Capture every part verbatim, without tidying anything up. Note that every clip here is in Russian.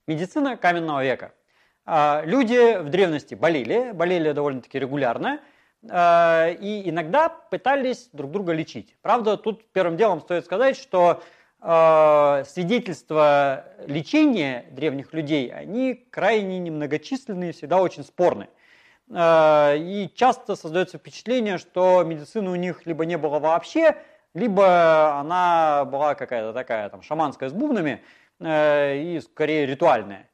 Медицина каменного века. Люди в древности болели, болели довольно-таки регулярно, и иногда пытались друг друга лечить. Правда, тут первым делом стоит сказать, что свидетельства лечения древних людей, они крайне немногочисленные, всегда очень спорные. И часто создается впечатление, что медицины у них либо не было вообще, либо она была какая-то такая там шаманская с бубнами и скорее ритуальная.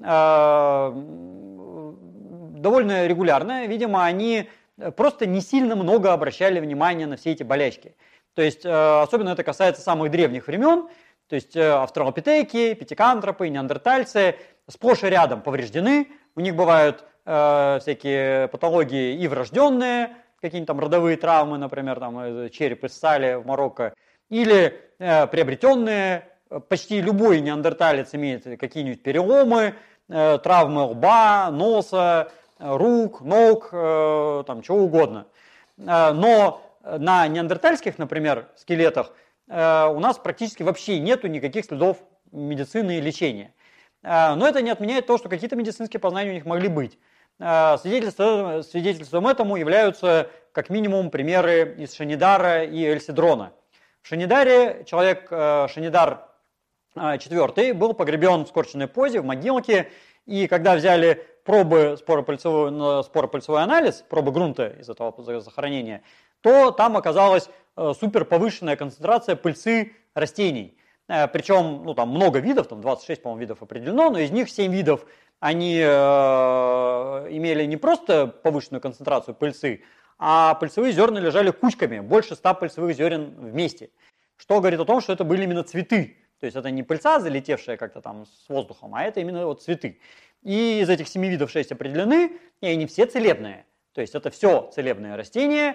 Довольно регулярно, видимо, они просто не сильно много обращали внимания на все эти болячки. То есть, особенно это касается самых древних времен, то есть австралопитеки, пятикантропы, неандертальцы сплошь и рядом повреждены, у них бывают э, всякие патологии и врожденные, какие-нибудь там родовые травмы, например, там череп из стали в Марокко, или э, приобретенные, почти любой неандерталец имеет какие-нибудь переломы, э, травмы лба, носа, рук, ног, э, там чего угодно. Э, но на неандертальских, например, скелетах э, у нас практически вообще нету никаких следов медицины и лечения. Э, но это не отменяет то, что какие-то медицинские познания у них могли быть. Э, свидетельством, свидетельством этому являются как минимум примеры из Шанидара и Эльсидрона. В Шанидаре человек, э, Шанидар четвёртый, был погребен в скорченной позе в могилке, и когда взяли пробы споропыльцевой, споропыльцевой анализ, пробы грунта из этого захоронения, то там оказалась супер повышенная концентрация пыльцы растений. Причем ну, там много видов, там двадцать шесть, по-моему, видов определено, но из них семь видов, они э, имели не просто повышенную концентрацию пыльцы, а пыльцевые зерна лежали кучками, больше ста пыльцевых зерен вместе. Что говорит о том, что это были именно цветы. То есть это не пыльца, залетевшая как-то там с воздухом, а это именно вот цветы. И из этих семи видов шесть определены, и они все целебные. То есть это все целебные растения.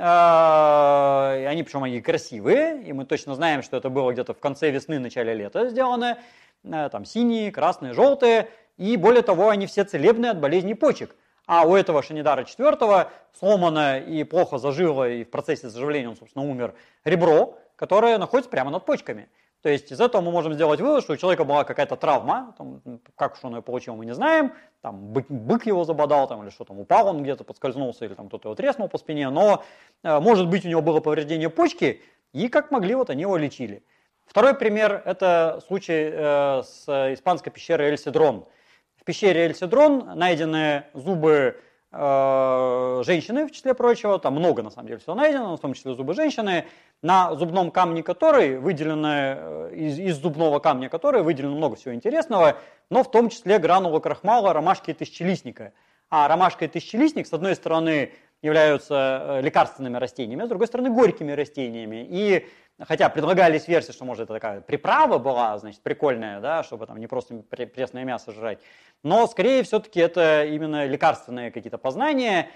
Они, причем они красивые, и мы точно знаем, что это было где-то в конце весны, начале лета сделано. Там синие, красные, желтые. И более того, они все целебные от болезней почек. А у этого Шанидара четвёртого сломано и плохо зажило, и в процессе заживления он, собственно, умер, ребро, которое находится прямо над почками. То есть из этого мы можем сделать вывод, что у человека была какая-то травма, там, как уж он ее получил, мы не знаем, там бык, бык его забодал, там, или что там, упал он где-то, подскользнулся, или там кто-то его треснул по спине, но э, может быть у него было повреждение почки, и как могли, вот они его лечили. Второй пример – это случай э, с испанской пещерой Эль-Седрон. В пещере Эль-Седрон найдены зубы э, женщины, в числе прочего, там много на самом деле всего найдено, в том числе зубы женщины, на зубном камне которой выделено, из, из зубного камня которой выделено много всего интересного, но в том числе гранулы крахмала, ромашки и тысячелистника. А ромашка и тысячелистник, с одной стороны, являются лекарственными растениями, а с другой стороны, горькими растениями. И хотя предлагались версии, что, может, это такая приправа была, значит, прикольная, да, чтобы там не просто пресное мясо жрать, но, скорее, все-таки это именно лекарственные какие-то познания,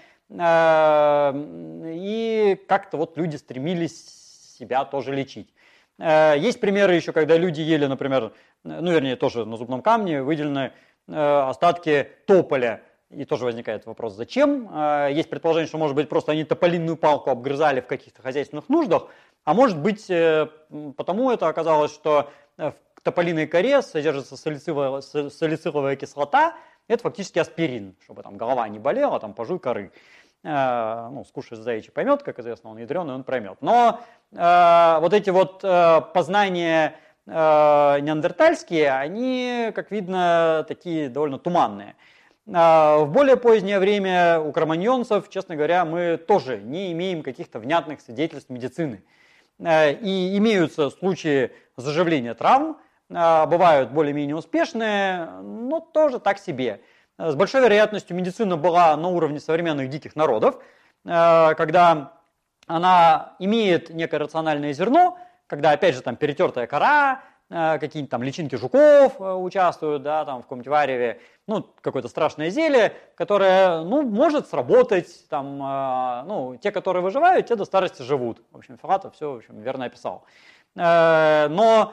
и как-то вот люди стремились себя тоже лечить. Есть примеры еще, когда люди ели, например, ну, вернее, тоже на зубном камне выделены остатки тополя. И тоже возникает вопрос, зачем? Есть предположение, что, может быть, просто они тополинную палку обгрызали в каких-то хозяйственных нуждах, а может быть, потому это оказалось, что в тополиной коре содержится салициловая, салициловая кислота, это фактически аспирин, чтобы там голова не болела, там пожуй коры. Ну, скушаешь заячий помет, как известно, он ядреный, он проймет. Но э, вот эти вот э, познания э, неандертальские, они, как видно, такие довольно туманные. Э, в более позднее время у кроманьонцев, честно говоря, мы тоже не имеем каких-то внятных свидетельств медицины. Э, и имеются случаи заживления травм, э, бывают более-менее успешные, но тоже так себе. С большой вероятностью медицина была на уровне современных диких народов, когда она имеет некое рациональное зерно, когда, опять же, там перетертая кора, какие-нибудь там личинки жуков участвуют, да, там в каком-нибудь вареве, ну, какое-то страшное зелье, которое, ну, может сработать, там, ну, те, которые выживают, те до старости живут. В общем, Филатов все, в общем, верно описал. Но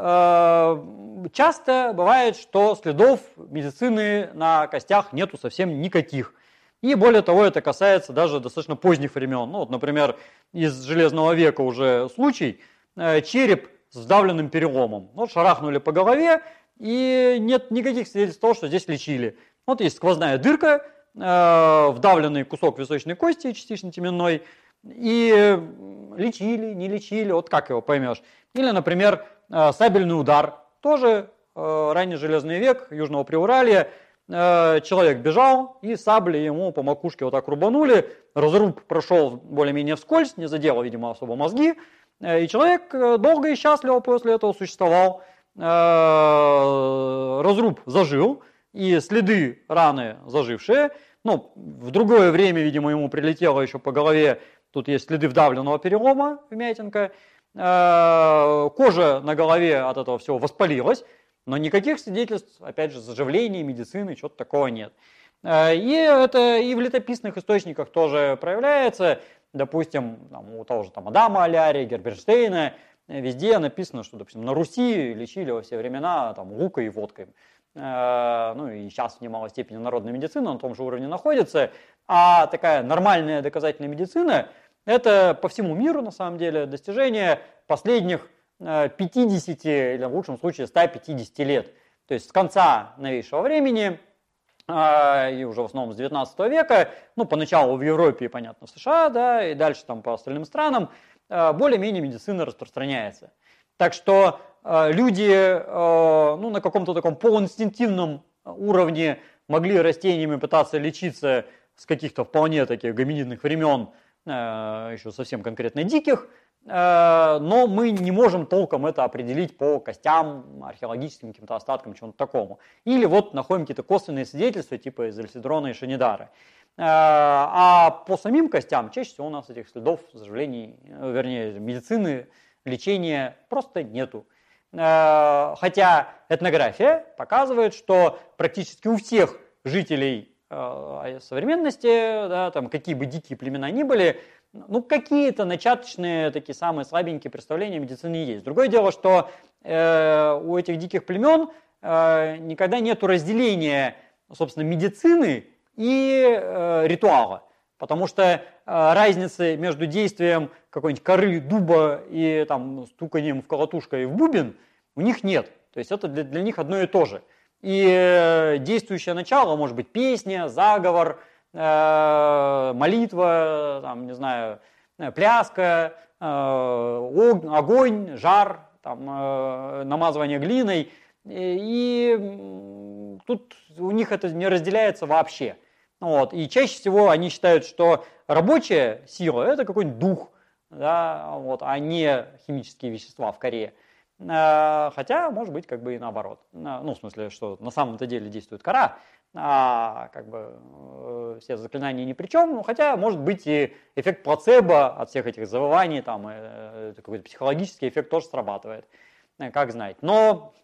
часто бывает, что следов медицины на костях нету совсем никаких. И более того, это касается даже достаточно поздних времен. Ну, вот, например, из Железного века уже случай, череп с вдавленным переломом. Вот шарахнули по голове, и нет никаких свидетельств того, что здесь лечили. Вот есть сквозная дырка, вдавленный кусок височной кости, частично теменной, и лечили, не лечили, вот как его поймешь. Или, например, сабельный удар, тоже ранний железный век, Южного Приуралья, человек бежал, и саблей ему по макушке вот так рубанули, разруб прошел более-менее вскользь, не задел, видимо, особо мозги, и человек долго и счастливо после этого существовал. Разруб зажил, и следы раны зажившие. Ну, в другое время, видимо, ему прилетело еще по голове. Тут есть следы вдавленного перелома, вмятинка. Кожа на голове от этого всего воспалилась, но никаких свидетельств, опять же, заживления, медицины, чего-то такого нет. И это и в летописных источниках тоже проявляется. Допустим, там, у того же там, Адама Алярия, Герберштейна, везде написано, что, допустим, на Руси лечили во все времена там, лукой и водкой. Ну и сейчас в немалой степени народная медицина на том же уровне находится. А такая нормальная доказательная медицина – это по всему миру, на самом деле, достижение последних пятидесяти, или в лучшем случае ста пятидесяти лет. То есть с конца новейшего времени, и уже в основном с девятнадцатого века, ну, поначалу в Европе и, понятно, в США, да, и дальше там по остальным странам, более-менее медицина распространяется. Так что люди ну, на каком-то таком полуинстинктивном уровне могли растениями пытаться лечиться с каких-то вполне таких гоминидных времен, еще совсем конкретно диких, но мы не можем толком это определить по костям, археологическим каким-то остаткам, чему-то такому. Или вот находим какие-то косвенные свидетельства, типа из Эльсидрона и Шанидара. А по самим костям чаще всего у нас этих следов заживлений, вернее, медицины, лечения просто нету. Хотя этнография показывает, что практически у всех жителей современности, да, там, какие бы дикие племена ни были, ну, какие-то начаточные, такие самые слабенькие представления о медицине есть. Другое дело, что э, у этих диких племен э, никогда нет разделения, собственно, медицины и э, ритуала. Потому что э, разницы между действием какой-нибудь коры, дуба и там, стуканием в колотушку и в бубен у них нет. То есть это для, для них одно и то же. И э, действующее начало может быть песня, заговор, э, молитва, там, не знаю, пляска, э, огонь, жар, там, э, намазывание глиной. И, и тут у них это не разделяется вообще. Вот. И чаще всего они считают, что рабочая сила – это какой-нибудь дух, да, вот, а не химические вещества в коре. Хотя, может быть, как бы и наоборот. Ну, в смысле, что на самом-то деле действует кора, а как бы все заклинания ни при чем. Ну, хотя, может быть, и эффект плацебо от всех этих завываний, там, какой-то психологический эффект тоже срабатывает, как знать. Но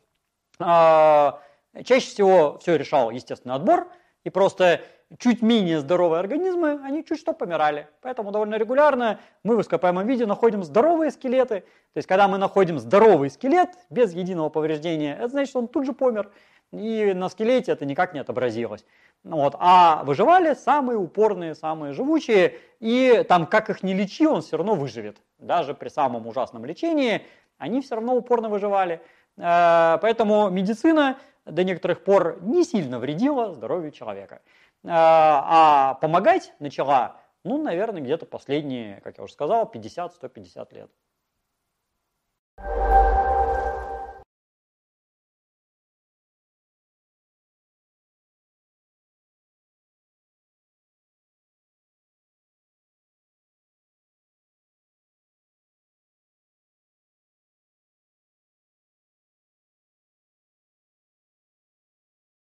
а, чаще всего все решал естественный отбор, и просто чуть менее здоровые организмы, они чуть что помирали. Поэтому довольно регулярно мы в ископаемом виде находим здоровые скелеты. То есть, когда мы находим здоровый скелет без единого повреждения, это значит, что он тут же помер. И на скелете это никак не отобразилось. Вот. А выживали самые упорные, самые живучие. И там, как их ни лечи, он все равно выживет. Даже при самом ужасном лечении они все равно упорно выживали. Поэтому медицина до некоторых пор не сильно вредила здоровью человека. А помогать начала, ну, наверное, где-то последние, как я уже сказал, пятьдесят - сто пятьдесят лет.